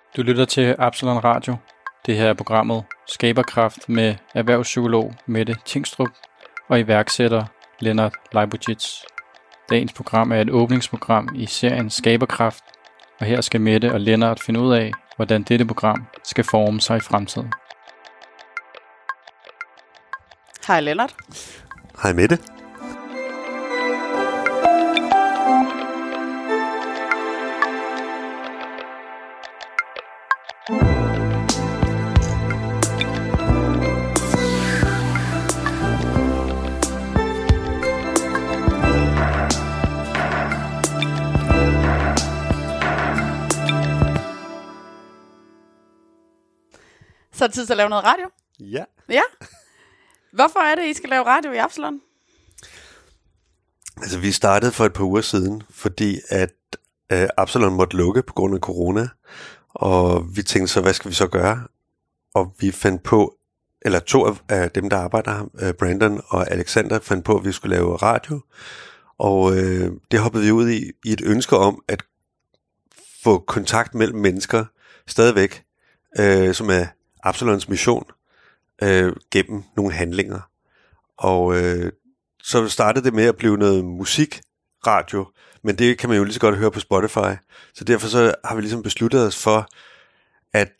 Du lytter til Absalon Radio. Det her er programmet Skaberkraft med erhvervspsykolog Mette Tingstrup og iværksætter Lennart Leibovic. Dagens program er et åbningsprogram i serien Skaberkraft, og her skal Mette og Lennart finde ud af, hvordan dette program skal forme sig i fremtiden. Hej Lennart. Hej Mette. Så er det tid til at lave noget radio? Ja. Ja. Hvorfor er det, I skal lave radio i Absalon? Altså, vi startede for et par uger siden, fordi at Absalon måtte lukke på grund af corona. Og vi tænkte så, hvad skal vi så gøre? Og vi fandt på, eller to af dem, der arbejder her, Brandon og Alexander, fandt på, at vi skulle lave radio. Og det hoppede vi ud i et ønske om at få kontakt mellem mennesker stadigvæk, som er Absalons mission, gennem nogle handlinger. Og så startede det med at blive noget musikradio, men det kan man jo lige så godt høre på Spotify. Så derfor så har vi ligesom besluttet os for at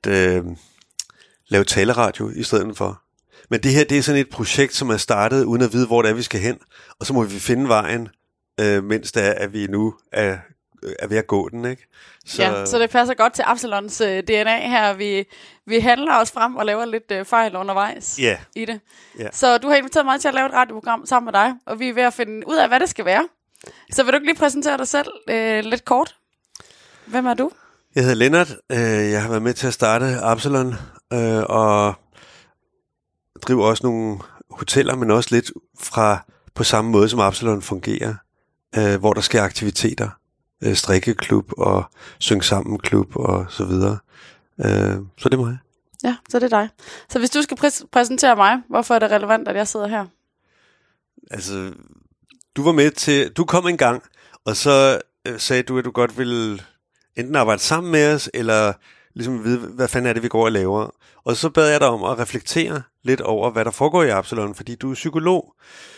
lave taleradio i stedet for. Men det her, det er sådan et projekt, som er startet uden at vide, hvor det er, vi skal hen. Og så må vi finde vejen, mens det er, at vi nu er ved at gå den, ikke? Så det passer godt til Absalons DNA her. Vi handler os frem og laver lidt fejl undervejs i det. Yeah. Så du har inviteret mig til at lave et radioprogram sammen med dig, og vi er ved at finde ud af, hvad det skal være. Så vil du ikke lige præsentere dig selv lidt kort? Hvem er du? Jeg hedder Lennart. Jeg har været med til at starte Absalon, og driver også nogle hoteller, men også lidt på samme måde, som Absalon fungerer, hvor der sker aktiviteter. Strikkeklub og syng sammen klub og så videre. Så det er mig. Ja, så det er dig. Så hvis du skal præsentere mig, hvorfor er det relevant, at jeg sidder her? Altså, du var med til, du kom en gang, og så sagde du, at du godt ville enten arbejde sammen med os, eller ligesom vide, hvad fanden er det, vi går og laver. Og så bad jeg dig om at reflektere lidt over, hvad der foregår i Absalon, fordi du er psykolog.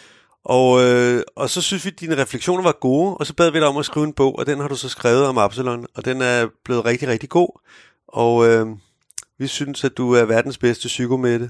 Og så synes vi, at dine refleksioner var gode, og så bad vi dig om at skrive en bog, og den har du så skrevet om Absalon, og den er blevet rigtig, rigtig god. Og vi synes, at du er verdens bedste psykomette.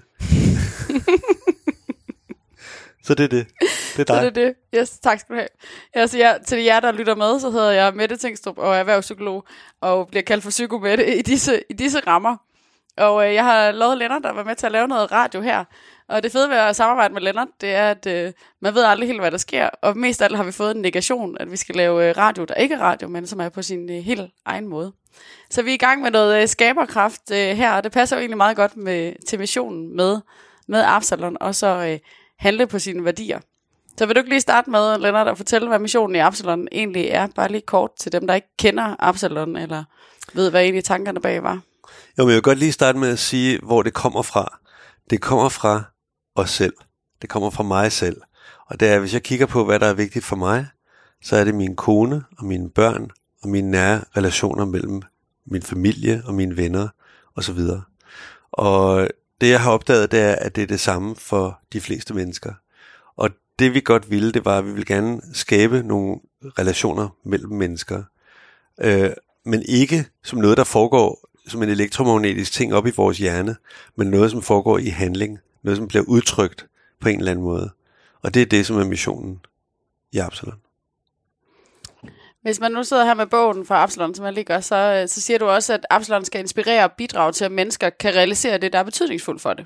Så det er det. Det er dig. Så det er det. Yes, tak skal du have. Altså, til jer, der lytter med, så hedder jeg Mette Tingstrup og er erhvervspsykolog, og bliver kaldt for psykomette i disse rammer. Og jeg har lovet Lennart at være med til at lave noget radio her. Og det fede ved at samarbejde med Lennart, det er, at man ved aldrig helt, hvad der sker. Og mest af alt har vi fået en negation, at vi skal lave radio, der ikke er radio, men som er på sin helt egen måde. Så vi er i gang med noget skaberkraft her, og det passer jo egentlig meget godt til missionen med Absalon, og så handle på sine værdier. Så vil du ikke lige starte med, Lennart, at fortælle, hvad missionen i Absalon egentlig er? Bare lige kort til dem, der ikke kender Absalon, eller ved, hvad egentlig tankerne bag var. Jo, men jeg vil godt lige starte med at sige, hvor det kommer fra. Det kommer fra os selv. Det kommer fra mig selv. Og det er, hvis jeg kigger på, hvad der er vigtigt for mig, så er det min kone og mine børn og mine nære relationer mellem min familie og mine venner osv. Og det, jeg har opdaget, det er, at det er det samme for de fleste mennesker. Og det, vi godt ville, det var, at vi ville gerne skabe nogle relationer mellem mennesker. Men ikke som noget, der foregår som en elektromagnetisk ting op i vores hjerne, men noget, som foregår i handling. Noget, som bliver udtrykt på en eller anden måde. Og det er det, som er missionen i Absalon. Hvis man nu sidder her med bogen fra Absalon, som jeg lige gør, så siger du også, at Absalon skal inspirere og bidrage til, at mennesker kan realisere det, der er betydningsfuldt for det.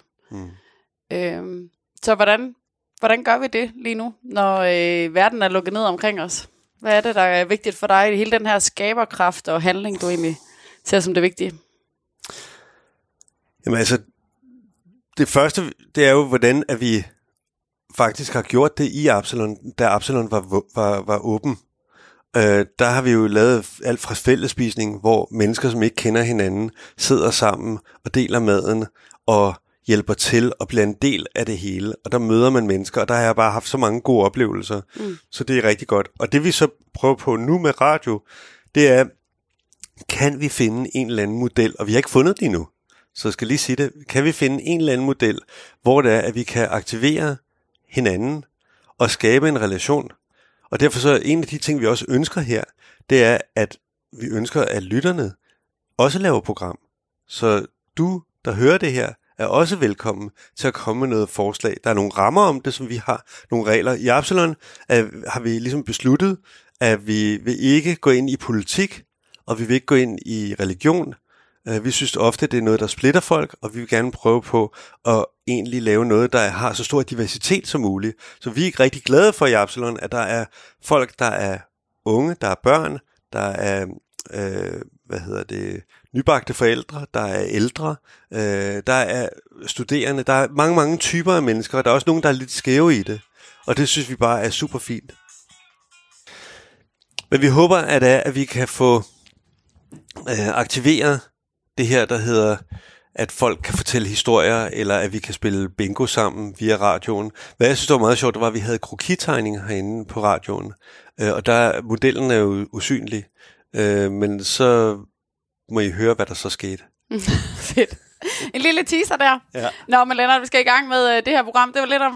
Så hvordan gør vi det lige nu, når verden er lukket ned omkring os? Hvad er det, der er vigtigt for dig i hele den her skaberkraft og handling, du egentlig ser som det vigtige? Jamen altså, det første, det er jo, hvordan at vi faktisk har gjort det i Absalon, da Absalon var åben. Der har vi jo lavet alt fra fællesspisning, hvor mennesker, som ikke kender hinanden, sidder sammen og deler maden og hjælper til og bliver en del af det hele. Og der møder man mennesker, og der har jeg bare haft så mange gode oplevelser. Så det er rigtig godt. Og det vi så prøver på nu med radio, det er kan vi finde en eller anden model, og vi har ikke fundet det endnu, så jeg skal lige sige det, kan vi finde en eller anden model, hvor det er, at vi kan aktivere hinanden og skabe en relation. Og derfor så en af de ting, vi også ønsker her, det er, at vi ønsker, at lytterne også laver program. Så du, der hører det her, er også velkommen til at komme med noget forslag. Der er nogle rammer om det, som vi har, nogle regler. I Absalon har vi ligesom besluttet, at vi vil ikke gå ind i politik, og vi vil ikke gå ind i religion. Vi synes ofte, det er noget, der splitter folk, og vi vil gerne prøve på at egentlig lave noget, der har så stor diversitet som muligt. Så vi er rigtig glade for i Absalon, at der er folk, der er unge, der er børn, der er nybagte forældre, der er ældre, der er studerende, der er mange, mange typer af mennesker, og der er også nogen, der er lidt skæve i det. Og det synes vi bare er super fint. Men vi håber, at vi kan få aktiveret det her, der hedder, at folk kan fortælle historier, eller at vi kan spille bingo sammen via radioen. Hvad jeg synes, der var meget sjovt, det var, at vi havde krokitegninger herinde på radioen. Og modellen er jo usynlig. Men så må I høre, hvad der så skete. Fedt. En lille teaser der. Ja. Nå, men Lennart, vi skal i gang med det her program. Det var lidt om,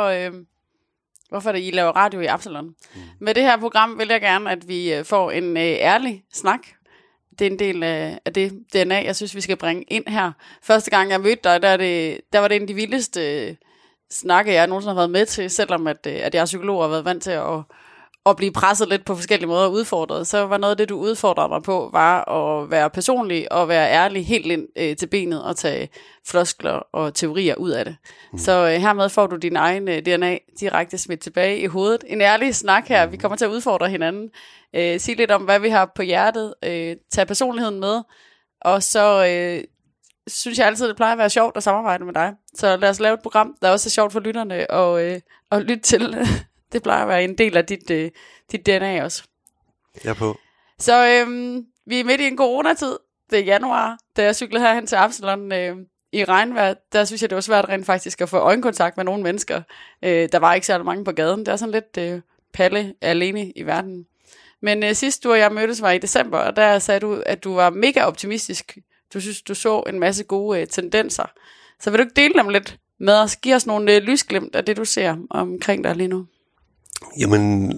hvorfor I laver radio i Absalon. Med det her program vil jeg gerne, at vi får en ærlig snak. Det er en del af det DNA, jeg synes, vi skal bringe ind her. Første gang, jeg mødte dig, der var det en af de vildeste snakke, jeg nogensinde har været med til, selvom at jeg er psykolog og har været vant til at blive presset lidt på forskellige måder og udfordret. Så var noget af det, du udfordrede mig på, var at være personlig og være ærlig helt ind til benet og tage floskler og teorier ud af det. Så hermed får du din egen DNA direkte smidt tilbage i hovedet. En ærlig snak her. Vi kommer til at udfordre hinanden. Sige lidt om, hvad vi har på hjertet. Tage personligheden med. Og så synes jeg altid, det plejer at være sjovt at samarbejde med dig. Så lad os lave et program, der også er sjovt for lytterne at lytte til. Det plejer at være en del af dit DNA også. Jeg er på. Så vi er midt i en coronatid. Det er januar, da jeg cyklede herhen til Absalon i regnvejr. Der synes jeg, det var svært rent faktisk at få øjenkontakt med nogle mennesker. Der var ikke særlig mange på gaden. Det er sådan lidt palle alene i verden. Men sidst du og jeg mødtes var i december, og der sagde du, at du var mega optimistisk. Du synes, du så en masse gode tendenser. Så vil du ikke dele dem lidt med os? Giv os nogle lysglimt af det, du ser omkring dig lige nu. Jamen,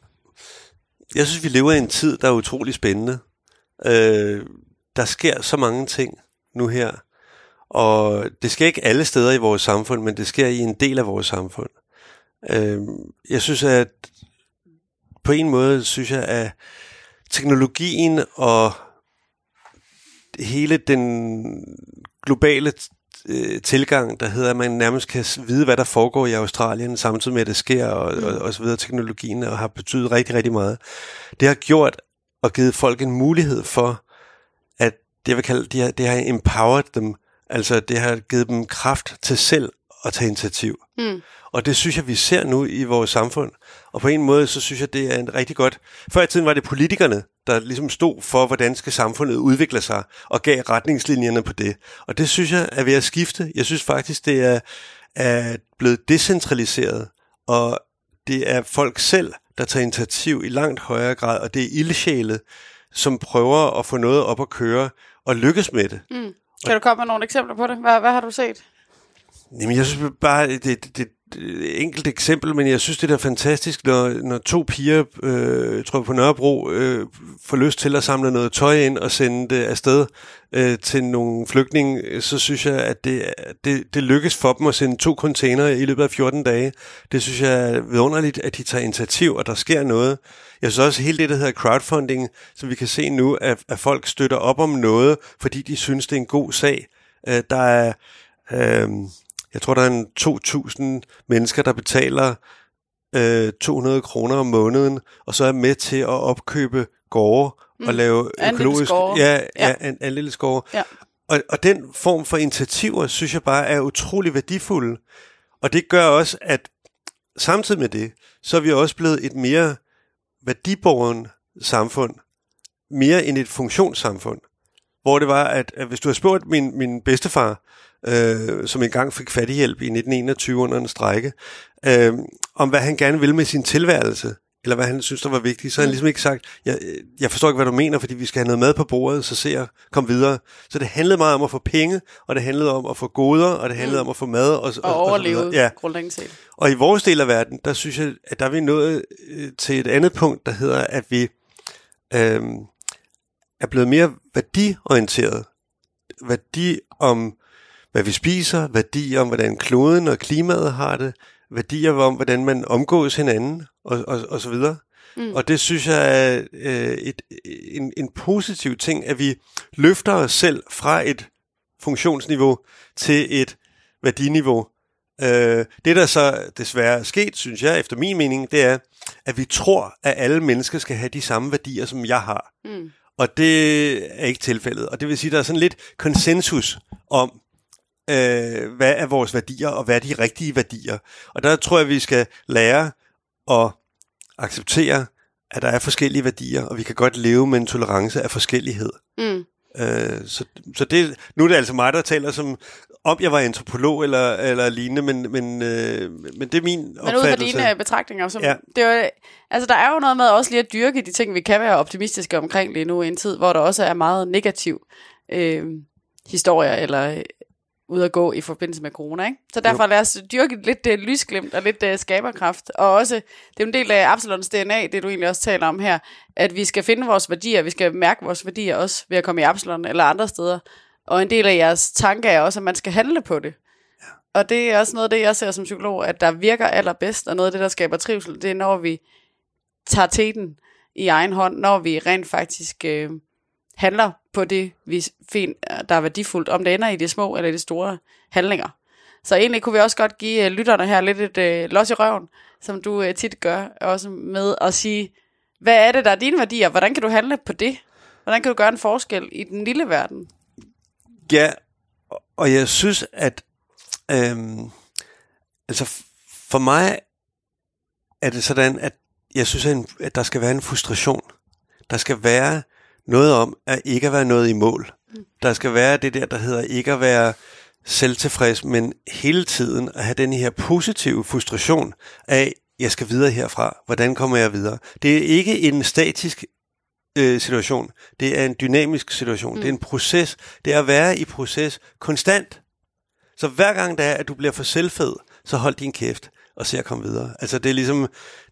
jeg synes, vi lever i en tid, der er utrolig spændende. Der sker så mange ting nu her, og det sker ikke alle steder i vores samfund, men det sker i en del af vores samfund. Jeg synes, at på en måde, synes jeg, at teknologien og hele den globale tilgang, der hedder, at man nærmest kan vide, hvad der foregår i Australien, samtidig med, at det sker, og så videre, teknologien, og har betydet rigtig, rigtig meget. Det har gjort og givet folk en mulighed for, at det, jeg vil kalde, det har empowered dem, altså det har givet dem kraft til selv at tage initiativ. Og det synes jeg, vi ser nu i vores samfund. Og på en måde, så synes jeg, det er en rigtig godt. Før i tiden var det politikerne, der ligesom stod for, hvordan skal samfundet udvikle sig, og gav retningslinjerne på det. Og det synes jeg er ved at skifte. Jeg synes faktisk, det er blevet decentraliseret, og det er folk selv, der tager initiativ i langt højere grad, og det er ildsjæle, som prøver at få noget op at køre, og lykkes med det. Kan du komme med nogle eksempler på det? Hvad har du set? Jamen, jeg synes bare, det er et enkelt eksempel, men jeg synes, det er fantastisk, når to piger, tror jeg på Nørrebro, får lyst til at samle noget tøj ind og sende det afsted til nogle flygtninge, så synes jeg, at det lykkes for dem at sende 2 container i løbet af 14 dage. Det synes jeg er vidunderligt, at de tager initiativ, og der sker noget. Jeg synes også, hele det, der hedder crowdfunding, som vi kan se nu, at folk støtter op om noget, fordi de synes, det er en god sag. Der er... Jeg tror, der er 2.000 mennesker, der betaler 200 kroner om måneden, og så er med til at opkøbe gårde og lave økologisk... Andelsgårde. Ja. Og den form for initiativer, synes jeg bare er utrolig værdifulde. Og det gør også, at samtidig med det, så er vi også blevet et mere værdiborgen samfund, mere end et funktionssamfund. Hvor det var, at hvis du har spurgt min bedstefar, som engang fik fattighjælp i 1921 under en strejke, om hvad han gerne ville med sin tilværelse, eller hvad han synes, der var vigtigt, så har han ligesom ikke sagt, jeg forstår ikke, hvad du mener, fordi vi skal have noget mad på bordet, så ser jeg, kom videre. Så det handlede meget om at få penge, og det handlede om at få goder, og det handlede om at få mad. Og overleve, ja. grundlæggende set. Og i vores del af verden, der synes jeg, at der er vi nået til et andet punkt, der hedder, at vi er blevet mere værdiorienteret. Værdi om, hvad vi spiser, værdi om, hvordan kloden og klimaet har det, værdier om, hvordan man omgås hinanden, og så videre. Og det synes jeg er en positiv ting, at vi løfter os selv fra et funktionsniveau til et værdiniveau. Det, der så desværre er sket, synes jeg, efter min mening, det er, at vi tror, at alle mennesker skal have de samme værdier, som jeg har. Og det er ikke tilfældet. Og det vil sige, at der er sådan lidt konsensus om, hvad er vores værdier, og hvad er de rigtige værdier. Og der tror jeg, vi skal lære at acceptere, at der er forskellige værdier, og vi kan godt leve med en tolerance af forskellighed. Så det, nu er det altså mig, der taler som om jeg var antropolog eller lignende, men det er min opfattelse. Men ud fra dine betragtninger, som, det er, altså der er jo noget med også lige at dyrke de ting, vi kan være optimistiske omkring lige nu i en tid, hvor der også er meget negativ historier eller ud at gå i forbindelse med corona, ikke? Så derfor lad os dyrke lidt lysglimt og lidt skaberkraft, og også, det er en del af Absalons DNA, det du egentlig også taler om her, at vi skal finde vores værdier, vi skal mærke vores værdier også ved at komme i Absalon eller andre steder, og en del af jeres tanke er også, at man skal handle på det. Og det er også noget af det, jeg ser som psykolog, at der virker allerbedst, og noget af det, der skaber trivsel, det er, når vi tager teten i egen hånd, når vi rent faktisk handler på det, vi finder, der er værdifuldt, om det ender i de små eller i de store handlinger. Så egentlig kunne vi også godt give lytterne her lidt et los i røven, som du tit gør, også med at sige, hvad er det, der er dine værdier? Hvordan kan du handle på det? Hvordan kan du gøre en forskel i den lille verden? Ja, og jeg synes, at altså for mig er det sådan, at jeg synes, at der skal være en frustration. Der skal være noget om at ikke at være noget i mål. Der skal være det der hedder ikke at være selvtilfreds, men hele tiden at have den her positive frustration af, jeg skal videre herfra. Hvordan kommer jeg videre? Det er ikke en statisk situation. Det er en dynamisk situation. Det er en proces. Det er at være i proces konstant. Så hver gang det er, at du bliver for selvfed, så hold din kæft og se at komme videre. Altså det er ligesom,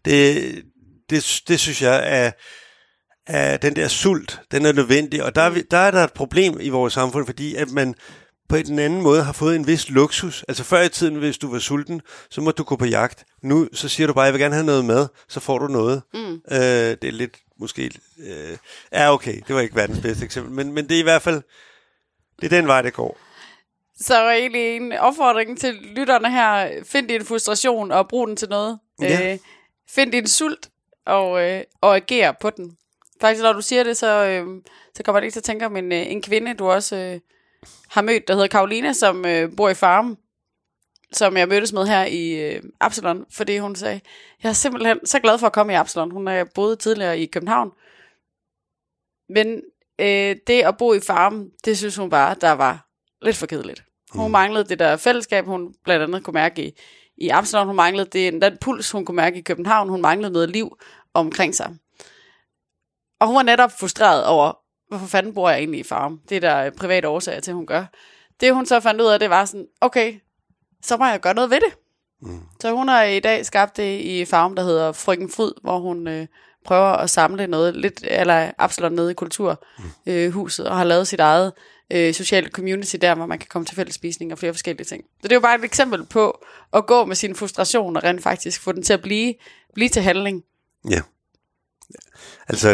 det synes jeg er den der sult, den er nødvendig, og der er der et problem i vores samfund, fordi at man på en anden måde har fået en vis luksus. Altså før i tiden, hvis du var sulten, så må du gå på jagt. Nu så siger du bare, jeg vil gerne have noget mad, så får du noget. Det er lidt, måske, okay, det var ikke verdens bedste eksempel, men det er i hvert fald, det er den vej, det går. Så egentlig en opfordring til lytterne her, find din frustration og brug den til noget. Ja. Find din sult og agere på den. Faktisk, når du siger det, så kommer jeg lige til at tænke om en kvinde, du også har mødt, der hedder Karoline, som bor i Farum, som jeg mødtes med her i Absalon, fordi hun sagde, jeg er simpelthen så glad for at komme i Absalon. Hun har boet tidligere i København. Men det at bo i Farum, det synes hun bare, der var lidt for kedeligt. Hun manglede det der fællesskab, hun blandt andet kunne mærke i Absalon. Hun manglede den puls, hun kunne mærke i København. Hun manglede noget liv omkring sig. Og hun var netop frustreret over, hvorfor fanden bor jeg egentlig i Farum? Det er der private årsager til, hun gør. Det hun så fandt ud af, det var sådan, okay, så må jeg gøre noget ved det. Så hun har i dag skabt det i Farum, der hedder Frøken Fryd, hvor hun prøver at samle noget lidt, eller Absalon nede i kulturhuset, og har lavet sit eget sociale community der, hvor man kan komme til fællesspisning og flere forskellige ting. Så det er jo bare et eksempel på at gå med sin frustration og rent faktisk få den til at blive til handling. Ja. Altså,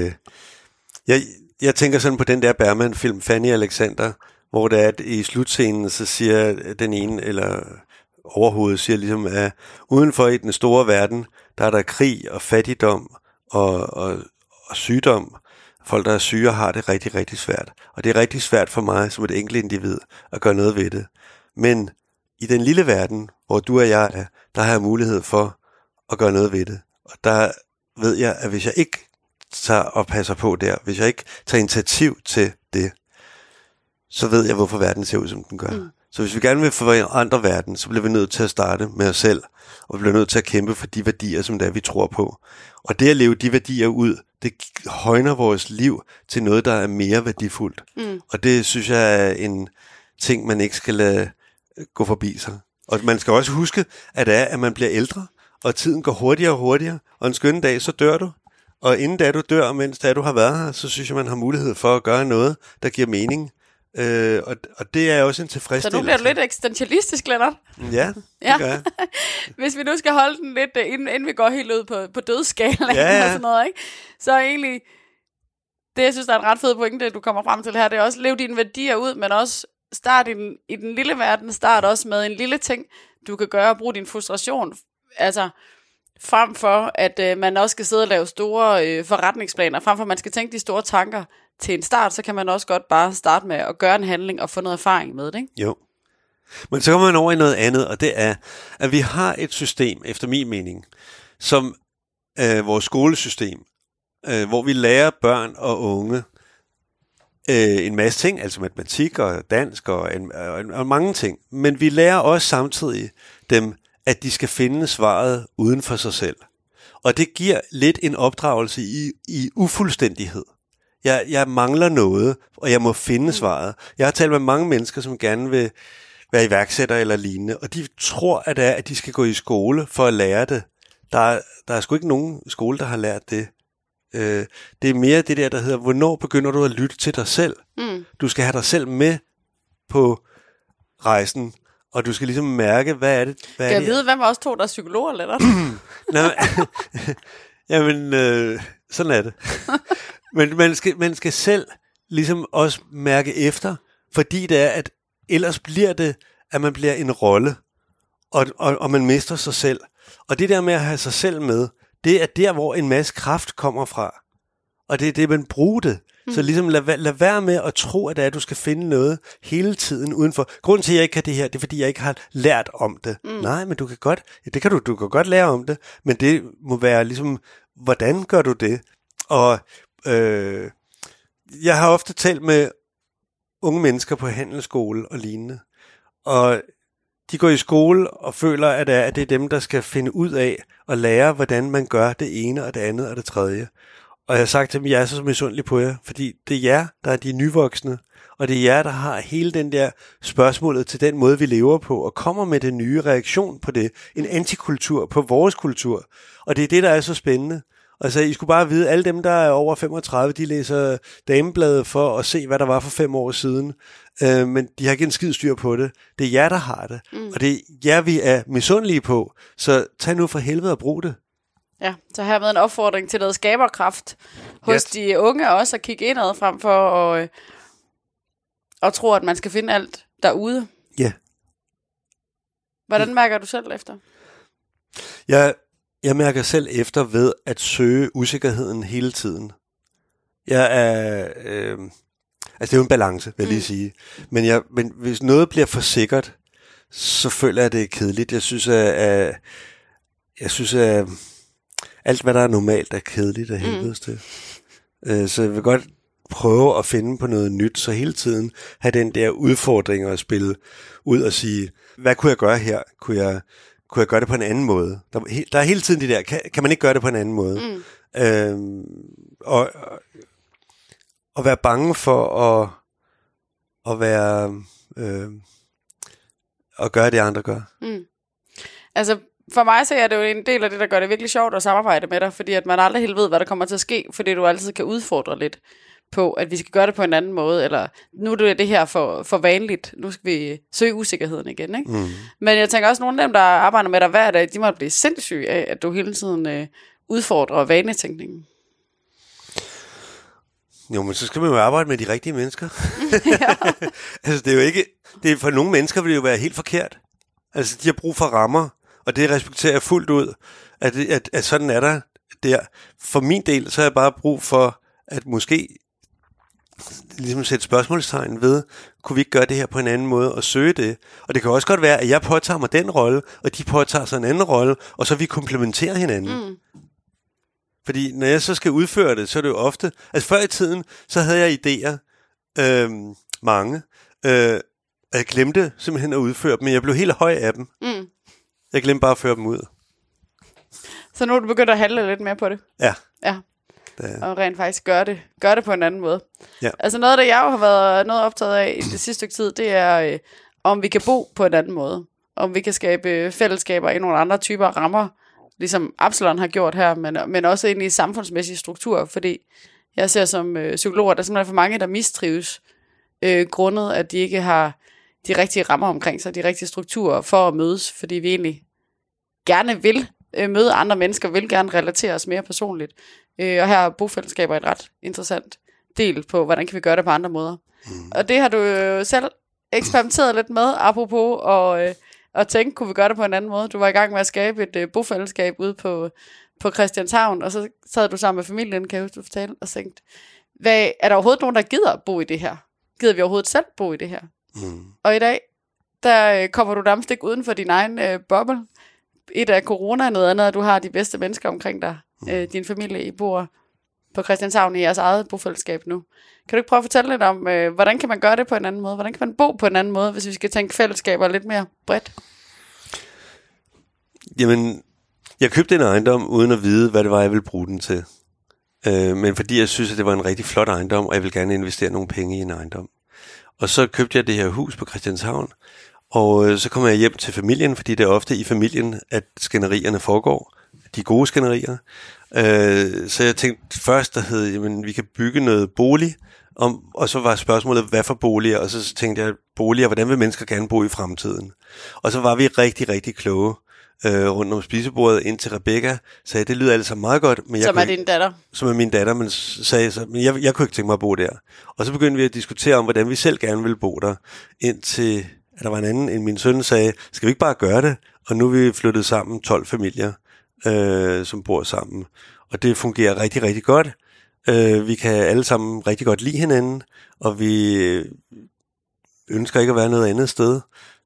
jeg tænker sådan på den der Bergman-film, Fanny Alexander, hvor det er, at i slutscenen, så siger den ene, eller overhovedet siger ligesom, at udenfor i den store verden, der er der krig og fattigdom og sygdom. Folk, der er syge, har det rigtig, rigtig svært. Og det er rigtig svært for mig, som et enkelt individ, at gøre noget ved det. Men i den lille verden, hvor du og jeg er, der har jeg mulighed for at gøre noget ved det. Og der ved jeg, at hvis jeg ikke tager og passer på der, hvis jeg ikke tager initiativ til det, så ved jeg, hvorfor verden ser ud, som den gør. Så hvis vi gerne vil forandre verden, så bliver vi nødt til at starte med os selv, og vi bliver nødt til at kæmpe for de værdier, som det er, vi tror på. Og det at leve de værdier ud, det højner vores liv til noget, der er mere værdifuldt. Og det synes jeg er en ting, man ikke skal lade gå forbi sig. Og man skal også huske, at man bliver ældre, og tiden går hurtigere og hurtigere, og en skønne dag, så dør du. Og inden da du dør, og mens da du har været her, så synes jeg, man har mulighed for at gøre noget, der giver mening. Og det er også en tilfredsstillelse. Så nu bliver du lidt eksistentialistisk, Lennart. Ja, det gør jeg. Hvis vi nu skal holde den lidt, inden vi går helt ud på dødsskalaen og sådan noget, ikke? Så egentlig, det jeg synes, der er en ret fed pointe, du kommer frem til her, det er også, leve dine værdier ud, men også start i den lille verden, start også med en lille ting, du kan gøre, og bruge din frustration, altså frem for, at man også skal sidde og lave store forretningsplaner, frem for, at man skal tænke de store tanker til en start, så kan man også godt bare starte med at gøre en handling og få noget erfaring med det, ikke? Jo. Men så kommer man over i noget andet, og det er, at vi har et system, efter min mening, som vores skolesystem, hvor vi lærer børn og unge en masse ting, altså matematik og dansk og mange ting. Men vi lærer også samtidig dem, at de skal finde svaret uden for sig selv. Og det giver lidt en opdragelse i ufuldstændighed. Jeg mangler noget, og jeg må finde svaret. Jeg har talt med mange mennesker, som gerne vil være iværksætter eller lignende, og de tror, at de skal gå i skole for at lære det. Der er sgu ikke nogen skole, der har lært det. Det er mere det der hedder, hvornår begynder du at lytte til dig selv? Du skal have dig selv med på rejsen, og du skal ligesom mærke, hvad er det? Kan jeg vide, hvem også tog der psykologer, eller? Jamen, sådan er det. Men man skal selv ligesom også mærke efter, fordi det er, at ellers bliver det, at man bliver en rolle, og man mister sig selv. Og det der med at have sig selv med, det er der, hvor en masse kraft kommer fra. Og det er det, man bruger det. Så ligesom lad være med at tro, at du skal finde noget hele tiden udenfor. Grunden til, at jeg ikke kan det her, det er, fordi jeg ikke har lært om det. Nej, men du kan godt, du kan godt lære om det, men det må være ligesom, hvordan gør du det? Og jeg har ofte talt med unge mennesker på handelsskole og lignende, og de går i skole og føler, at det er dem, der skal finde ud af og lære, hvordan man gør det ene og det andet og det tredje. Og jeg har sagt til dem, jeg er så misundelig på jer, fordi det er jer, der er de nyvoksne, og det er jer, der har hele den der spørgsmålet til den måde, vi lever på, og kommer med den nye reaktion på det. En antikultur på vores kultur. Og det er det, der er så spændende. Altså, I skulle bare vide, alle dem, der er over 35, de læser damebladet for at se, hvad der var for 5 år siden. Men de har ikke en skid styr på det. Det er jer, der har det. Og det er jer, vi er misundelige på. Så tag nu for helvede og brug det. Ja, så her med en opfordring til noget skaberkraft hos de unge også, at kigge indad frem for at tro, at man skal finde alt derude. Ja. Hvordan mærker du selv efter? Jeg mærker selv efter ved at søge usikkerheden hele tiden. Jeg er... altså, det er jo en balance, vil jeg lige sige. Men hvis noget bliver for sikkert, så føler jeg, at det er kedeligt. Jeg synes, at alt, hvad der er normalt, er kedeligt af helvedes til. Så jeg vil godt prøve at finde på noget nyt, så hele tiden have den der udfordring at spille ud og sige, hvad kunne jeg gøre her? Kunne jeg gøre det på en anden måde? Der er hele tiden de der, kan man ikke gøre det på en anden måde? Og være bange for at være at gøre det, andre gør. Altså, for mig så er det jo en del af det, der gør det virkelig sjovt at samarbejde med dig, fordi at man aldrig helt ved, hvad der kommer til at ske, fordi du altid kan udfordre lidt på, at vi skal gøre det på en anden måde, eller nu er det her for vanligt, nu skal vi søge usikkerheden igen, ikke? Men jeg tænker også, nogle af dem, der arbejder med dig hver dag, de må blive sindssyge af, at du hele tiden udfordrer vanetænkningen. Jo, men så skal man jo arbejde med de rigtige mennesker. Altså, det er jo ikke... for nogle mennesker vil det jo være helt forkert. Altså, de har brug for rammer, og det respekterer jeg fuldt ud, at sådan er der. For min del, så har jeg bare brug for, at måske ligesom sætte spørgsmålstegn ved, kunne vi ikke gøre det her på en anden måde, og søge det. Og det kan også godt være, at jeg påtager mig den rolle, og de påtager sig en anden rolle, og så vi komplementerer hinanden. Fordi når jeg så skal udføre det, så er det jo ofte... Altså før i tiden, så havde jeg idéer, mange, jeg glemte simpelthen at udføre dem, men jeg blev helt høj af dem. Mm. Jeg glemte bare at føre dem ud. Så nu er du begyndt at handle lidt mere på det? Ja. Ja. Og rent faktisk gør det på en anden måde. Ja. Altså noget af det, jeg jo har været noget optaget af i det sidste stykke tid, det er, om vi kan bo på en anden måde. Om vi kan skabe fællesskaber i nogle andre typer rammer, ligesom Absalon har gjort her, men også ind i samfundsmæssige strukturer, fordi jeg ser som psykologer, der er simpelthen for mange, der mistrives, grundet at de ikke har de rigtige rammer omkring sig, de rigtige strukturer for at mødes, fordi vi egentlig gerne vil møde andre mennesker, vil gerne relatere os mere personligt. Og her er bofællesskaber et ret interessant del på, hvordan kan vi gøre det på andre måder. Og det har du jo selv eksperimenteret lidt med, apropos og tænke, kunne vi gøre det på en anden måde. Du var i gang med at skabe et bofællesskab ude på Christianshavn, og så sad du sammen med familien, kan jeg huske, du fortalte, og tænkte, er der overhovedet nogen, der gider at bo i det her? Gider vi overhovedet selv bo i det her? Og i dag, der kommer du nærmest ikke uden for din egen boble. Et af corona, noget andet, at du har de bedste mennesker omkring dig. Din familie, I bor på Christianshavn i jeres eget bofællesskab nu. Kan du ikke prøve at fortælle lidt om, hvordan kan man gøre det på en anden måde? Hvordan kan man bo på en anden måde, hvis vi skal tænke fællesskaber lidt mere bredt? Jamen, jeg købte en ejendom, uden at vide, hvad det var, jeg ville bruge den til. Men fordi jeg synes, at det var en rigtig flot ejendom, og jeg vil gerne investere nogle penge i en ejendom. Og så købte jeg det her hus på Christianshavn, og så kommer jeg hjem til familien, fordi det er ofte i familien, at skænderierne foregår. De gode skænderier. Så jeg tænkte først, jamen, vi kan bygge noget bolig, og så var spørgsmålet, hvad for boliger? Og så tænkte jeg, boliger, hvordan vil mennesker gerne bo i fremtiden? Og så var vi rigtig, rigtig kloge rundt om spisebordet, indtil Rebecca sagde, det lyder altså meget godt. Men som er din datter? Som er min datter, men sagde så, men jeg kunne ikke tænke mig at bo der. Og så begyndte vi at diskutere om, hvordan vi selv gerne ville bo der, indtil at der var en anden, end min søn sagde, skal vi ikke bare gøre det? Og nu er vi flyttet sammen 12 familier, som bor sammen. Og det fungerer rigtig, rigtig godt. Vi kan alle sammen rigtig godt lide hinanden, og vi ønsker ikke at være noget andet sted.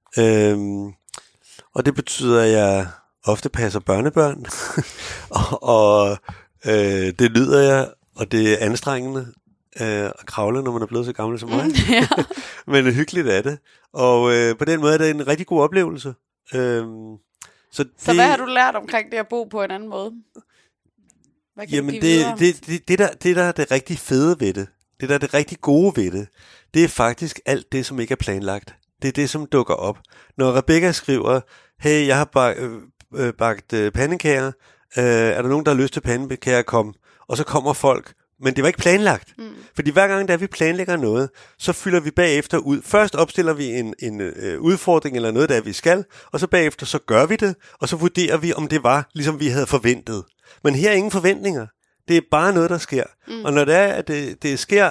Og det betyder, at jeg ofte passer børnebørn, og det lyder jeg, og det er anstrengende at kravle, når man er blevet så gammel som mig. Ja. Men hyggeligt er det. Og på den måde er det en rigtig god oplevelse. Så hvad har du lært omkring det at bo på en anden måde? Jamen det der er det rigtig fede ved det, det der er det rigtig gode ved det, det er faktisk alt det, som ikke er planlagt. Det er det, som dukker op. Når Rebecca skriver, hey, jeg har bagt pandekager, er der nogen, der har lyst til pandekager, kom. Og så kommer folk, men det var ikke planlagt. Fordi hver gang, da vi planlægger noget, så fylder vi bagefter ud. Først opstiller vi en udfordring eller noget, der vi skal, og så bagefter så gør vi det, og så vurderer vi, om det var, ligesom vi havde forventet. Men her er ingen forventninger. Det er bare noget, der sker. Og når det er, at det sker,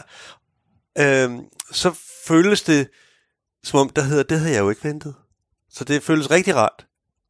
så føles det, som om det havde jeg jo ikke ventet. Så det føles rigtig rart.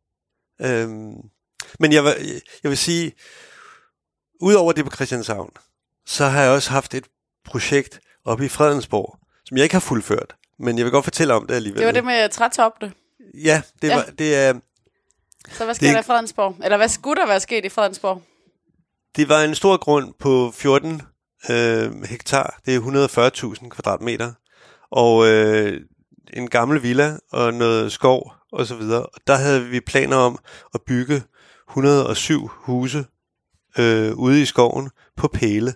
Men jeg vil sige, udover det på Christianshavn, så har jeg også haft et projekt oppe i Fredensborg, som jeg ikke har fuldført. Men jeg vil godt fortælle om det alligevel. Det var det med trætoppene. Ja, det er... Så hvad sker der i Fredensborg? Eller hvad skulle der være sket i Fredensborg? Det var en stor grund på 14 hektar. Det er 140.000 kvadratmeter. Og en gammel villa og noget skov og så videre. Og der havde vi planer om at bygge 107 huse ude i skoven på pæle.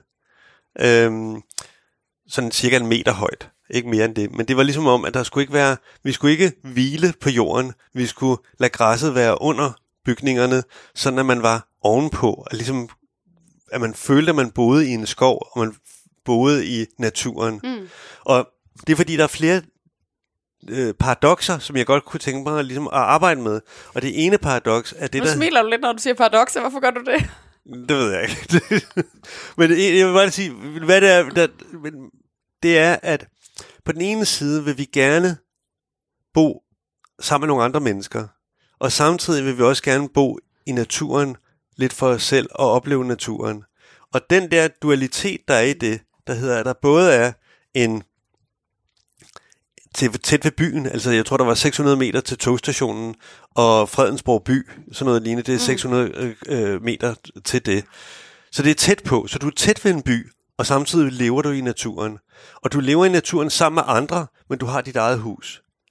Sådan cirka 1 meter højt. Ikke mere end det. Men det var ligesom om, at der skulle ikke være, vi skulle ikke hvile på jorden. Vi skulle lade græsset være under bygningerne, sådan at man var ovenpå. Ligesom, at man følte, at man boede i en skov, og man boede i naturen. Og det er fordi, der er flere paradokser, som jeg godt kunne tænke mig ligesom at arbejde med. Og det ene paradoks er det, nu smiler du lidt, når du siger paradokser. Hvorfor gør du det? Det ved jeg ikke. Men jeg vil bare sige, hvad det er, det er, at på den ene side vil vi gerne bo sammen med nogle andre mennesker, og samtidig vil vi også gerne bo i naturen lidt for os selv og opleve naturen. Og den der dualitet, der er i det, der hedder, at der både er en tæt ved byen, altså jeg tror, der var 600 meter til togstationen, og Fredensborg by, sådan noget lignende, det er 600 meter til det. Så det er tæt på, så du er tæt ved en by, og samtidig lever du i naturen. Og du lever i naturen sammen med andre, men du har dit eget hus.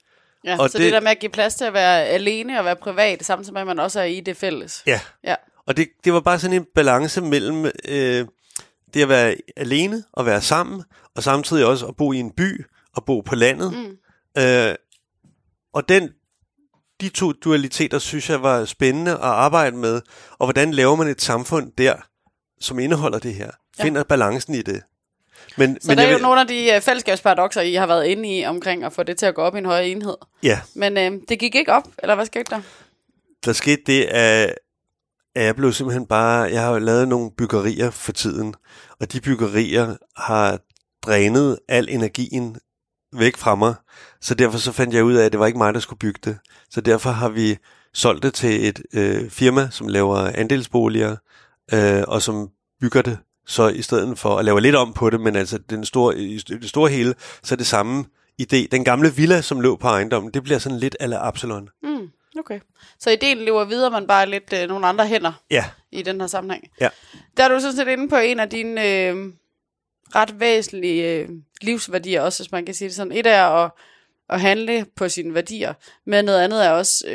Ja, og så det der med at give plads til at være alene og være privat, samtidig med, at man også er i det fælles. Ja. Og det var bare sådan en balance mellem det at være alene og være sammen, og samtidig også at bo i en by og bo på landet. Og de to dualiteter, synes jeg, var spændende at arbejde med. Og hvordan laver man et samfund der, som indeholder det her? Finder balancen i det. Men der er jo nogle af de fællesskabsparadoxer, I har været inde i omkring at få det til at gå op i en højere enhed. Ja. Men det gik ikke op, eller hvad skete der? Der skete det, at jeg blev simpelthen bare... Jeg har jo lavet nogle byggerier for tiden, og de byggerier har drænet al energien væk fra mig. Så derfor så fandt jeg ud af, at det var ikke mig, der skulle bygge det. Så derfor har vi solgt det til et firma, som laver andelsboliger, og som bygger det så i stedet for at lave lidt om på det, men altså i det store hele, så er det samme idé. Den gamle villa, som lå på ejendommen, det bliver sådan lidt a la Absalon. Okay. Så ideen lever videre, man bare lidt nogle andre hænder i den her sammenhæng. Ja. Der er du sådan set inde på en af dine ret væsentlige livsværdier også, hvis man kan sige det sådan. Et er at handle på sine værdier, men noget andet er også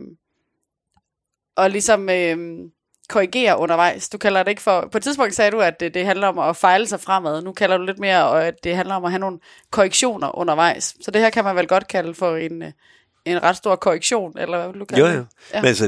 at ligesom korrigere undervejs. Du kalder det ikke for... På et tidspunkt sagde du, at det handler om at fejle sig fremad. Nu kalder du lidt mere, at det handler om at have nogle korrektioner undervejs. Så det her kan man vel godt kalde for en ret stor korrektion, eller hvad vil du kalde det? Jo. Men altså,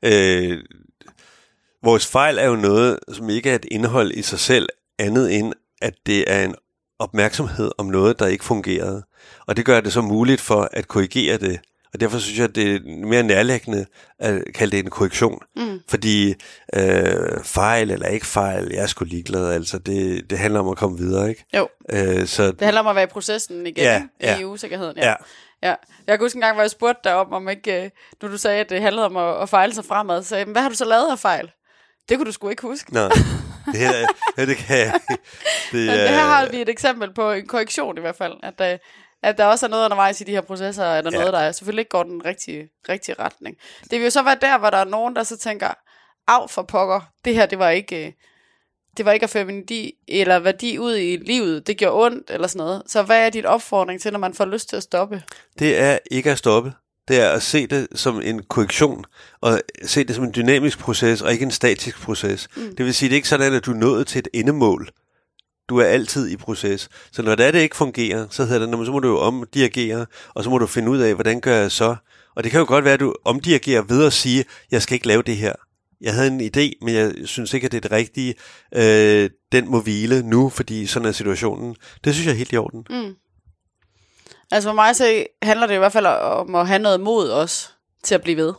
vores fejl er jo noget, som ikke er et indhold i sig selv, andet end, at det er en opmærksomhed om noget, der ikke fungerede. Og det gør det så muligt for at korrigere det. Og derfor synes jeg, at det er mere nærliggende at kalde det en korrektion. Fordi fejl eller ikke fejl, jeg er sgu ligeglad. Altså, det handler om at komme videre, ikke? Jo. Så det handler om at være i processen igen, i usikkerheden. Ja. Jeg kan huske en gang, hvor jeg spurgte dig om ikke, nu du sagde, at det handlede om at fejle sig fremad, så sagde jeg, hvad har du så lavet af fejl? Det kunne du sgu ikke huske. Nå, det kan jeg ikke. Det her har vi et eksempel på en korrektion i hvert fald, at der også er noget undervejs i de her processer, er der noget, der selvfølgelig ikke går den rigtige retning. Det vil jo så være der, hvor der er nogen, der så tænker, af for pokker, det her, det var ikke at føre eller værdi ud i livet, det gjorde ondt, eller sådan noget. Så hvad er dit opfordring til, når man får lyst til at stoppe? Det er ikke at stoppe. Det er at se det som en korrektion, og se det som en dynamisk proces, og ikke en statisk proces. Det vil sige, det er ikke sådan, at du er nået til et endemål. Du er altid i proces. Så når det ikke fungerer, så hedder det, så må du jo omdirigere, og så må du finde ud af, hvordan gør jeg så? Og det kan jo godt være, at du omdirigerer ved at sige, jeg skal ikke lave det her. Jeg havde en idé, men jeg synes ikke, at det er det rigtige. Den må hvile nu, fordi sådan er situationen. Det synes jeg er helt i orden. Altså for mig så handler det i hvert fald om at have noget mod også til at blive ved.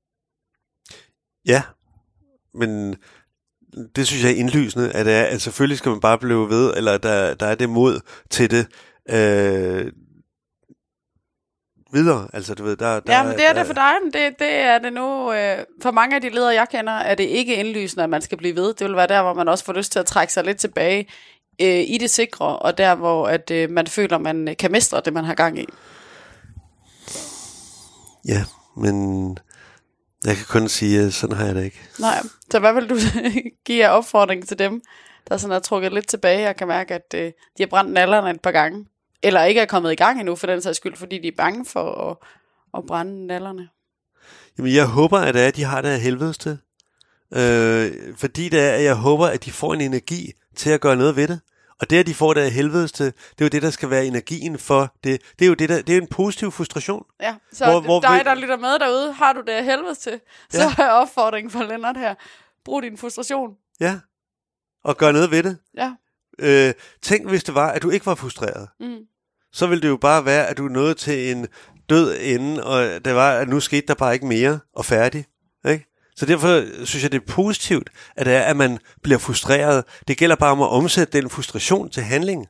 Ja, men det synes jeg er indlysende, at selvfølgelig skal man bare blive ved, eller der er det mod til det videre. Altså du ved, men det er det for dig, men det er det nu. For mange af de ledere, jeg kender, er det ikke indlysende, at man skal blive ved. Det vil være der, hvor man også får lyst til at trække sig lidt tilbage i det sikre, og der, hvor at man føler, man kan mestre det, man har gang i. Ja, men jeg kan kun sige, at sådan har jeg det ikke. Nej, så hvad vil du give af opfordring til dem, der sådan er trukket lidt tilbage? Jeg kan mærke, at de har brændt nallerne et par gange, eller ikke er kommet i gang endnu, for den sags skyld, fordi de er bange for at brænde nallerne. Jamen, jeg håber, at de har det af helvedes til. Fordi jeg håber, at de får en energi til at gøre noget ved det. Og det, at de får det af helvedes til, det er jo det, der skal være energien for det. Det er jo det er en positiv frustration. Ja, så dig, der lytter med derude, har du det af helvedes til, så er opfordringen for Lennart her. Brug din frustration. Ja, og gør noget ved det. Ja. Tænk, hvis det var, at du ikke var frustreret. Så ville det jo bare være, at du nåede til en død ende, og det var, at nu skete der bare ikke mere, og færdig. Ikke? Så derfor synes jeg, det er positivt, at man bliver frustreret. Det gælder bare om at omsætte den frustration til handling.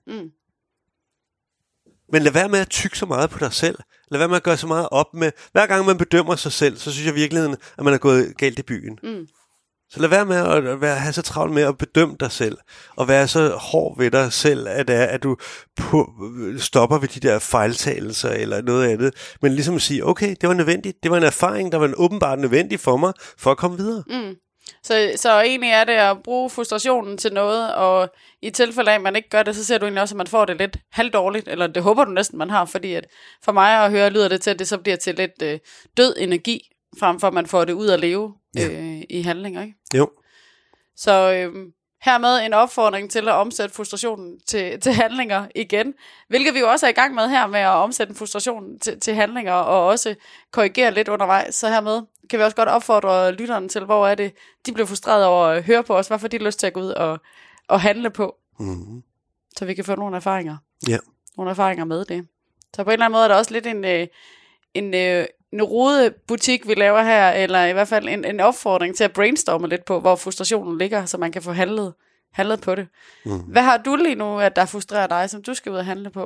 Men lad være med at tykke så meget på dig selv. Lad være med at gøre så meget op med. Hver gang man bedømmer sig selv, så synes jeg virkeligheden, at man er gået galt i byen. Så lad være med at have så travlt med at bedømme dig selv, og være så hård ved dig selv, at du stopper ved de der fejltagelser eller noget andet. Men ligesom at sige, okay, det var nødvendigt. Det var en erfaring, der var åbenbart nødvendig for mig, for at komme videre. Så egentlig er det at bruge frustrationen til noget, og i tilfælde af, at man ikke gør det, så ser du egentlig også, at man får det lidt halvdårligt, eller det håber du næsten, man har, fordi at for mig at høre, lyder det til, at det så bliver til lidt død energi, frem for at man får det ud at leve i handlinger, ikke? Jo. Så hermed en opfordring til at omsætte frustrationen til handlinger igen, hvilket vi jo også er i gang med her med at omsætte frustrationen til handlinger og også korrigere lidt undervejs. Så hermed kan vi også godt opfordre lytterne til, hvor er det, de bliver frustreret over at høre på os, hvorfor de har lyst til at gå ud og handle på, så vi kan få nogle erfaringer. Ja. Nogle erfaringer med det. Så på en eller anden måde er der også lidt en rodebutik, vi laver her, eller i hvert fald en opfordring til at brainstorme lidt på, hvor frustrationen ligger, så man kan få handlet på det. Hvad har du lige nu, at der frustrerer dig, som du skal ud og handle på?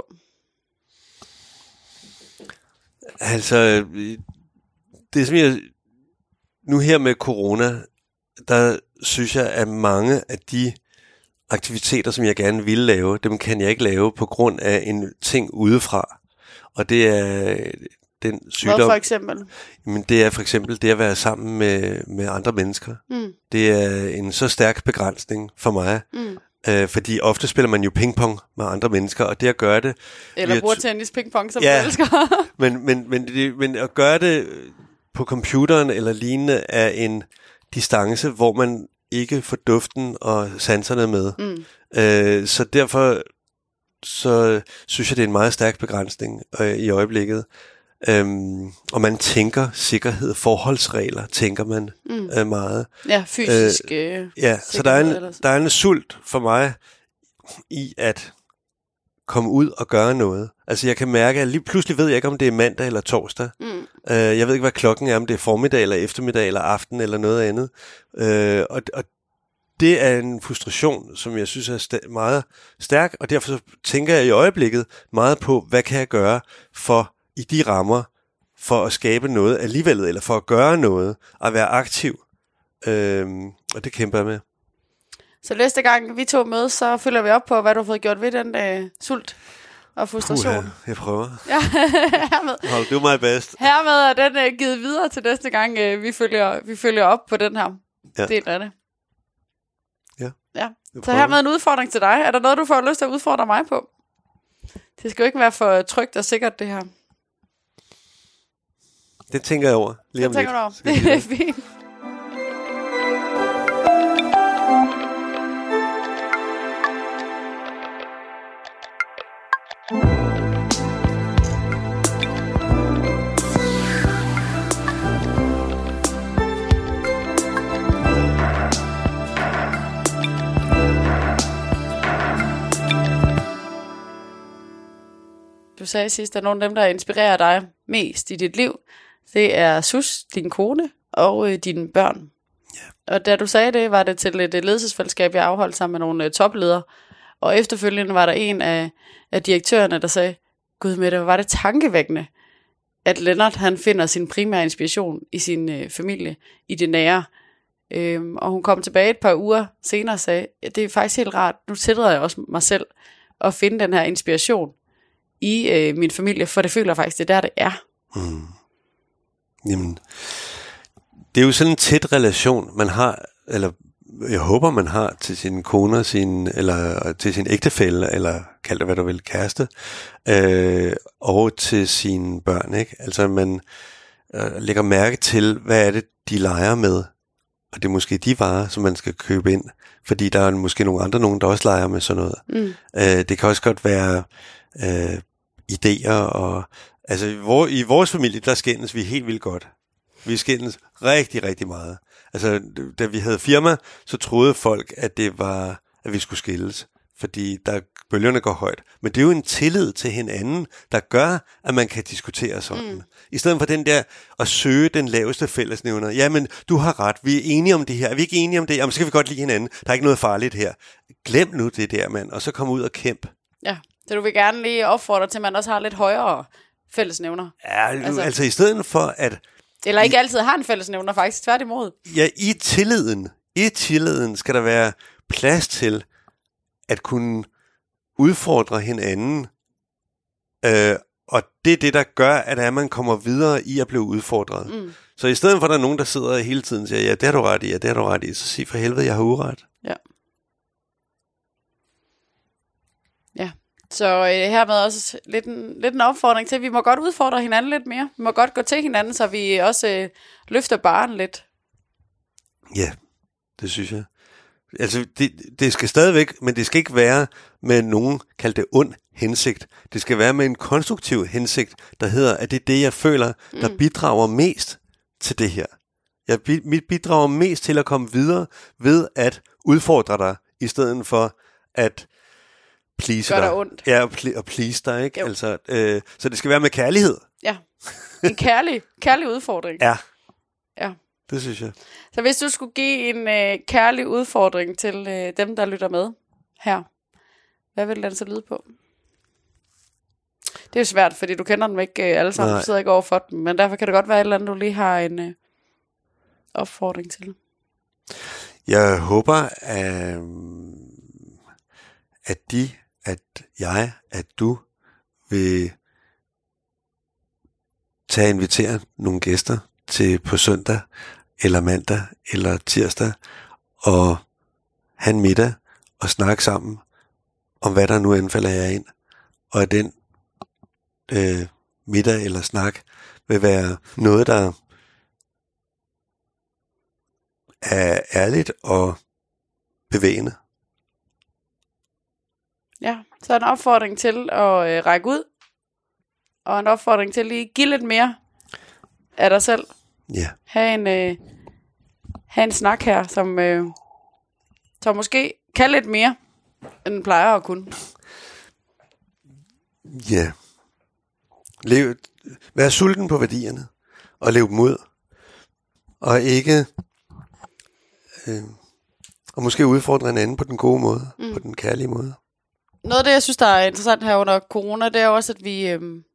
Altså, det som jeg... Nu her med corona, der synes jeg, at mange af de aktiviteter, som jeg gerne ville lave, dem kan jeg ikke lave på grund af en ting udefra. Og det er den sygdom. Hvad for eksempel? Jamen, det er for eksempel det at være sammen med andre mennesker. Det er en så stærk begrænsning for mig. Fordi ofte spiller man jo pingpong med andre mennesker, og det at gøre det... Eller bordtennis pingpong, som du elsker. men at gøre det på computeren eller lignende er en distance, hvor man ikke får duften og sanserne med. Så derfor så synes jeg, det er en meget stærk begrænsning i øjeblikket. Og man tænker sikkerhed, forholdsregler, tænker man meget. Ja, fysisk så der er en sult for mig i at komme ud og gøre noget. Altså jeg kan mærke, at lige pludselig ved jeg ikke, om det er mandag eller torsdag. Jeg ved ikke, hvad klokken er, om det er formiddag eller eftermiddag eller aften eller noget andet. Og det er en frustration, som jeg synes er meget stærk, og derfor så tænker jeg i øjeblikket meget på, hvad kan jeg gøre for i de rammer, for at skabe noget alligevel, eller for at gøre noget, og være aktiv. Og det kæmper jeg med. Så næste gang vi to mødes, så følger vi op på, hvad du har fået gjort ved den sult og frustration. Jeg prøver. Ja, hermed. Hold du my best. Hermed er den givet videre til næste gang, vi følger op på den her del af det. Ja. Så hermed en udfordring til dig. Er der noget, du får lyst til at udfordre mig på? Det skal jo ikke være for trygt og sikkert, det her. Det tænker jeg over. Lige om lidt. Det er fint. Du sagde sidst, at nogle af dem, der inspirerer dig mest i dit liv, det er Sus, din kone, og dine børn. Yeah. Og da du sagde det, var det til et ledelsesfællesskab, jeg afholdt sammen med nogle topledere. Og efterfølgende var der en af direktørerne, der sagde, Gud med det, var det tankevækkende, at Lennart han finder sin primære inspiration i sin familie, i det nære. Og hun kom tilbage et par uger senere og sagde, det er faktisk helt rart, nu tillader jeg også mig selv at finde den her inspiration i min familie, for det føler jeg faktisk, det er der, det er. Jamen, det er jo sådan en tæt relation, man har, eller jeg håber, man har til sin kone, eller til sin ægtefælle, eller kald det, hvad du vil, kæreste, og til sine børn, ikke? Altså, man lægger mærke til, hvad er det, de leger med, og det er måske de varer, som man skal købe ind, fordi der er måske nogen, der også leger med sådan noget. Det kan også godt være idéer, og altså i vores familie, der skændes vi helt vildt godt. Vi skændes rigtig, rigtig meget. Altså, da vi havde firma, så troede folk, at det var, at vi skulle skilles, fordi bølgerne går højt. Men det er jo en tillid til hinanden, der gør, at man kan diskutere sådan. I stedet for den der at søge den laveste fællesnævner. Jamen, du har ret, vi er enige om det her. Er vi ikke enige om det? Jamen, så kan vi godt lide hinanden. Der er ikke noget farligt her. Glem nu det der, mand, og så kom ud og kæmp. Ja, så du vil gerne lige opfordre til, at man også har lidt højere fællesnævner. Ja, altså i stedet for at... Eller ikke altid har en fællesnævner, faktisk tværtimod. Ja, i tilliden skal der være plads til at kunne udfordre hinanden. Og det er det, der gør, at man kommer videre i at blive udfordret. Så i stedet for, at der er nogen, der sidder hele tiden og siger, ja, det har du ret i, ja, det har du ret i, så sig for helvede, jeg har uret. Ja. Ja. Så hermed også lidt en opfordring til, at vi må godt udfordre hinanden lidt mere. Vi må godt gå til hinanden, så vi også løfter barren lidt. Ja, det synes jeg. Altså, det skal stadigvæk, men det skal ikke være med nogen, kald det ond hensigt. Det skal være med en konstruktiv hensigt, der hedder, at det er det, jeg føler, der bidrager mest til det her. Mit bidrager mest til at komme videre ved at udfordre dig, i stedet for at please dig. Gør dig ondt. Ja, og please dig, ikke? Altså, så det skal være med kærlighed. Ja, en kærlig udfordring. Ja. Ja. Det synes jeg. Så hvis du skulle give en kærlig udfordring til dem, der lytter med her, hvad vil den så lyde på? Det er jo svært, fordi du kender dem ikke alle sammen. Du sidder ikke over for dem, men derfor kan det godt være et eller andet, du lige har en opfordring til. Jeg håber, at du vil tage og invitere nogle gæster til på søndag, eller mandag, eller tirsdag, og have en middag, og snakke sammen om, hvad der nu anfalder jer ind. Og at den middag eller snak vil være noget, der er ærligt og bevægende. Ja, så en opfordring til at række ud, og en opfordring til at lige give lidt mere af dig selv. Ja. Have en snak her, som måske kan lidt mere, end den plejer at kunne. Ja. Vær sulten på værdierne, og lev dem ud. Og ikke... og måske udfordre en anden på den gode måde, på den kærlige måde. Noget af det, jeg synes, der er interessant her under corona, det er også, at vi...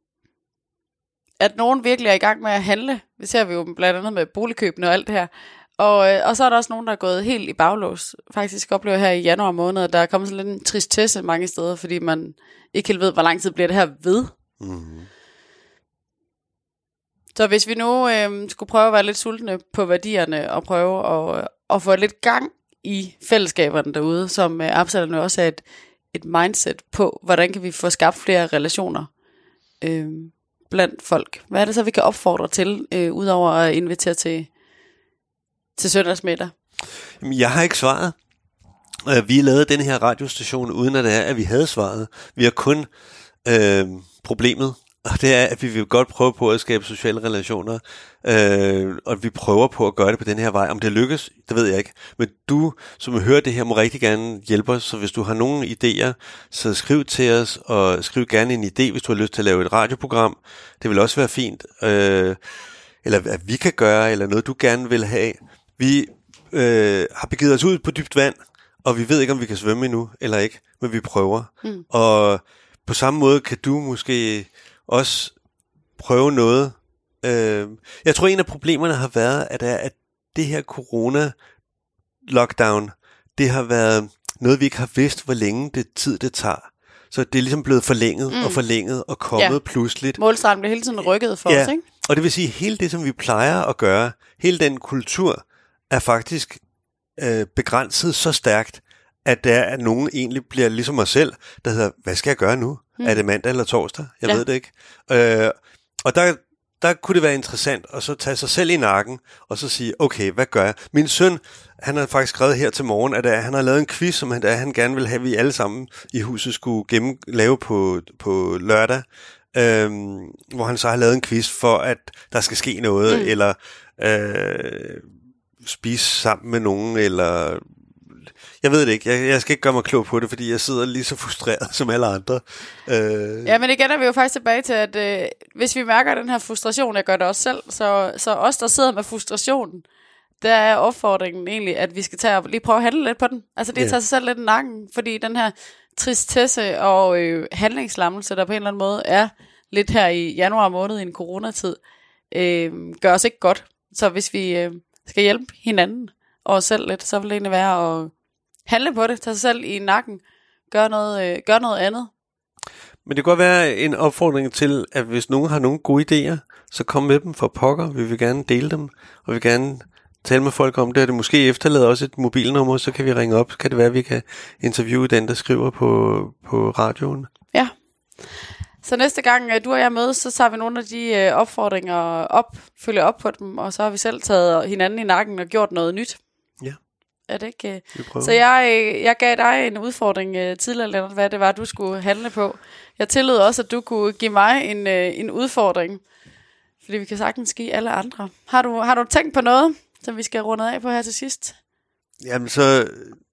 at nogen virkelig er i gang med at handle. Det ser vi jo blandt andet med boligkøbene og alt det her. Og så er der også nogen, der er gået helt i baglås. Faktisk oplever her i januar måned, at der er kommet sådan lidt en tristesse mange steder, fordi man ikke helt ved, hvor lang tid bliver det her ved. Mm-hmm. Så hvis vi nu skulle prøve at være lidt sultne på værdierne, og prøve at få lidt gang i fællesskaberne derude, som Absalon også er et mindset på, hvordan kan vi få skabt flere relationer blandt folk. Hvad er det så, vi kan opfordre til, udover at invitere til søndagsmiddag? Jamen, jeg har ikke svaret. Vi lavede den her radiostation, uden at vi havde svaret. Vi har kun problemet, og det er, at vi vil godt prøve på at skabe sociale relationer, og vi prøver på at gøre det på den her vej. Om det lykkes, det ved jeg ikke. Men du, som hører det her, må rigtig gerne hjælpe os, så hvis du har nogle idéer, så skriv til os, og skriv gerne en idé, hvis du har lyst til at lave et radioprogram. Det vil også være fint. Eller at vi kan gøre, eller noget du gerne vil have. Vi har begivet os ud på dybt vand, og vi ved ikke, om vi kan svømme endnu, eller ikke, men vi prøver. Og på samme måde kan du måske også prøve noget. Jeg tror, en af problemerne har været, at det her corona-lockdown, det har været noget, vi ikke har vidst, hvor længe det tager. Så det er ligesom blevet forlænget og kommet pludseligt. Målstregen bliver hele tiden rykket for os, ikke? Og det vil sige, at hele det, som vi plejer at gøre, hele den kultur, er faktisk begrænset så stærkt, at der er nogen egentlig bliver ligesom mig selv, der hedder, hvad skal jeg gøre nu? Er det mandag eller torsdag? Jeg ved det ikke. Og der kunne det være interessant at så tage sig selv i nakken, og så sige, okay, hvad gør jeg? Min søn, han har faktisk skrevet her til morgen, at han har lavet en quiz, som han gerne vil have, at vi alle sammen i huset skulle lave på lørdag, hvor han så har lavet en quiz for, at der skal ske noget, eller spise sammen med nogen, eller... Jeg ved det ikke. Jeg skal ikke gøre mig klog på det, fordi jeg sidder lige så frustreret som alle andre. Ja, men igen er vi jo faktisk tilbage til, at hvis vi mærker den her frustration, jeg gør det også selv, så os, der sidder med frustrationen, der er opfordringen egentlig, at vi skal tage og lige prøve at handle lidt på den. Altså det tager sig selv lidt i nakken, fordi den her tristesse og handlingslammelse, der på en eller anden måde er lidt her i januar måned i en coronatid, gør os ikke godt. Så hvis vi skal hjælpe hinanden og os selv lidt, så vil det egentlig være at handle på det, tage sig selv i nakken, gøre noget andet. Men det kan godt være en opfordring til, at hvis nogen har nogle gode idéer, så kom med dem for pokker. Vi vil gerne dele dem, og vi vil gerne tale med folk om det. Og det måske efterlader også et mobilnummer, så kan vi ringe op. Så kan det være, at vi kan interviewe den, der skriver på radioen. Ja. Så næste gang du og jeg mødes, så tager vi nogle af de opfordringer op, følger op på dem, og så har vi selv taget hinanden i nakken og gjort noget nyt. Ja. Er det ikke? Så jeg gav dig en udfordring tidligere, Lennart, hvad det var, du skulle handle på. Jeg tillod også, at du kunne give mig en udfordring, fordi vi kan sagtens give alle andre. Har du tænkt på noget, som vi skal runde af på her til sidst? Jamen så...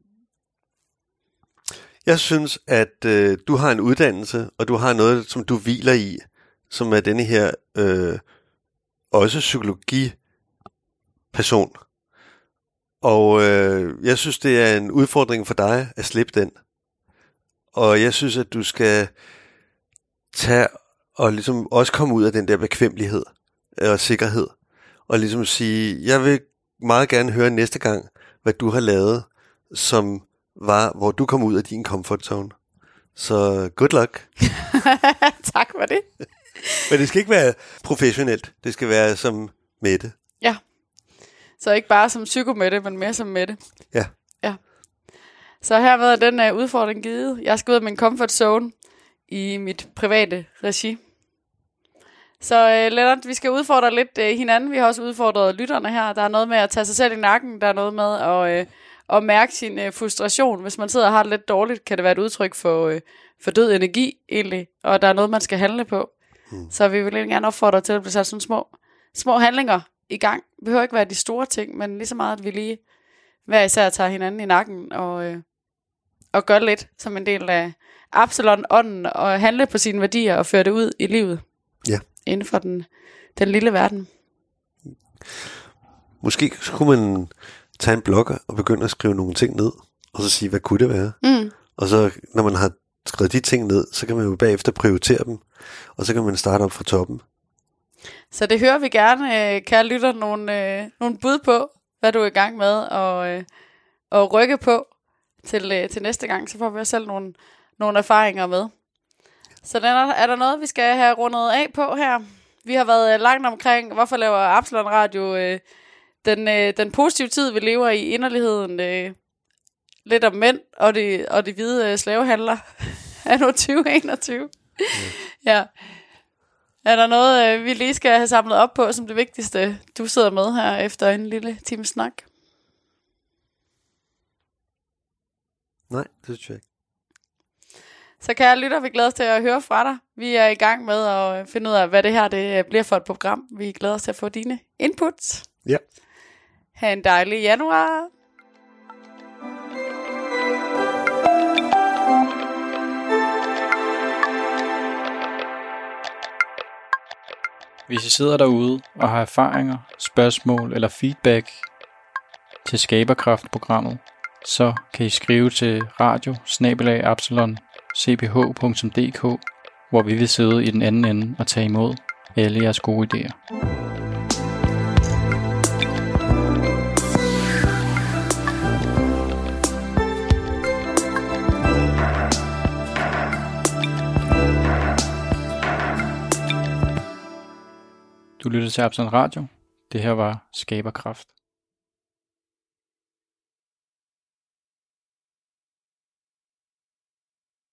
Jeg synes, at du har en uddannelse, og du har noget, som du hviler i, som er denne her også psykologi-person. Og jeg synes, det er en udfordring for dig at slippe den. Og jeg synes, at du skal tage og ligesom også komme ud af den der bekvemmelighed og sikkerhed. Og ligesom sige, jeg vil meget gerne høre næste gang, hvad du har lavet, som var, hvor du kom ud af din comfort zone. Så good luck. Tak for det. Men det skal ikke være professionelt. Det skal være som Mette. Ja. Så ikke bare som psykomette, men mere som Mette. Ja. Ja. Så hermed er den udfordring givet. Jeg skal ud af min comfort zone i mit private regi. Så Lennart, vi skal udfordre lidt hinanden. Vi har også udfordret lytterne her. Der er noget med at tage sig selv i nakken. Der er noget med at mærke sin frustration. Hvis man sidder og har det lidt dårligt, kan det være et udtryk for død energi egentlig. Og der er noget, man skal handle på. Så vi vil gerne opfordre til at blive sat sådan små handlinger i gang. Det behøver ikke være de store ting, men lige så meget, at vi lige hver især tager hinanden i nakken og gør lidt som en del af Absalon-ånden og handle på sine værdier og føre det ud i livet. Ja. Inden for den lille verden. Måske skulle man tage en blog og begynde at skrive nogle ting ned, og så sige, hvad kunne det være? Og så, når man har skrevet de ting ned, så kan man jo bagefter prioritere dem, og så kan man starte op fra toppen. Så det hører vi gerne, kære lytter, nogle bud på, hvad du er i gang med og rykke på til næste gang, så får vi også selv nogle erfaringer med. Så er der noget, vi skal have rundet af på her? Vi har været langt omkring, hvorfor laver Absalon Radio den positive tid, vi lever i, inderligheden, lidt om mænd og de hvide slavehandler af 2021. Ja. Er der noget, vi lige skal have samlet op på, som det vigtigste, du sidder med her efter en lille times snak? Nej, det synes jeg ikke. Så kære lytter, vi glæder os til at høre fra dig. Vi er i gang med at finde ud af, hvad det her det bliver for et program. Vi glæder os til at få dine inputs. Ja. Ha' en dejlig januar. Hvis I sidder derude og har erfaringer, spørgsmål eller feedback til Skaberkraft-programmet, så kan I skrive til radio@absalon.cph.dk, hvor vi vil sidde i den anden ende og tage imod alle jeres gode idéer. Du lytter til Absalon Radio. Det her var Skaberkraft.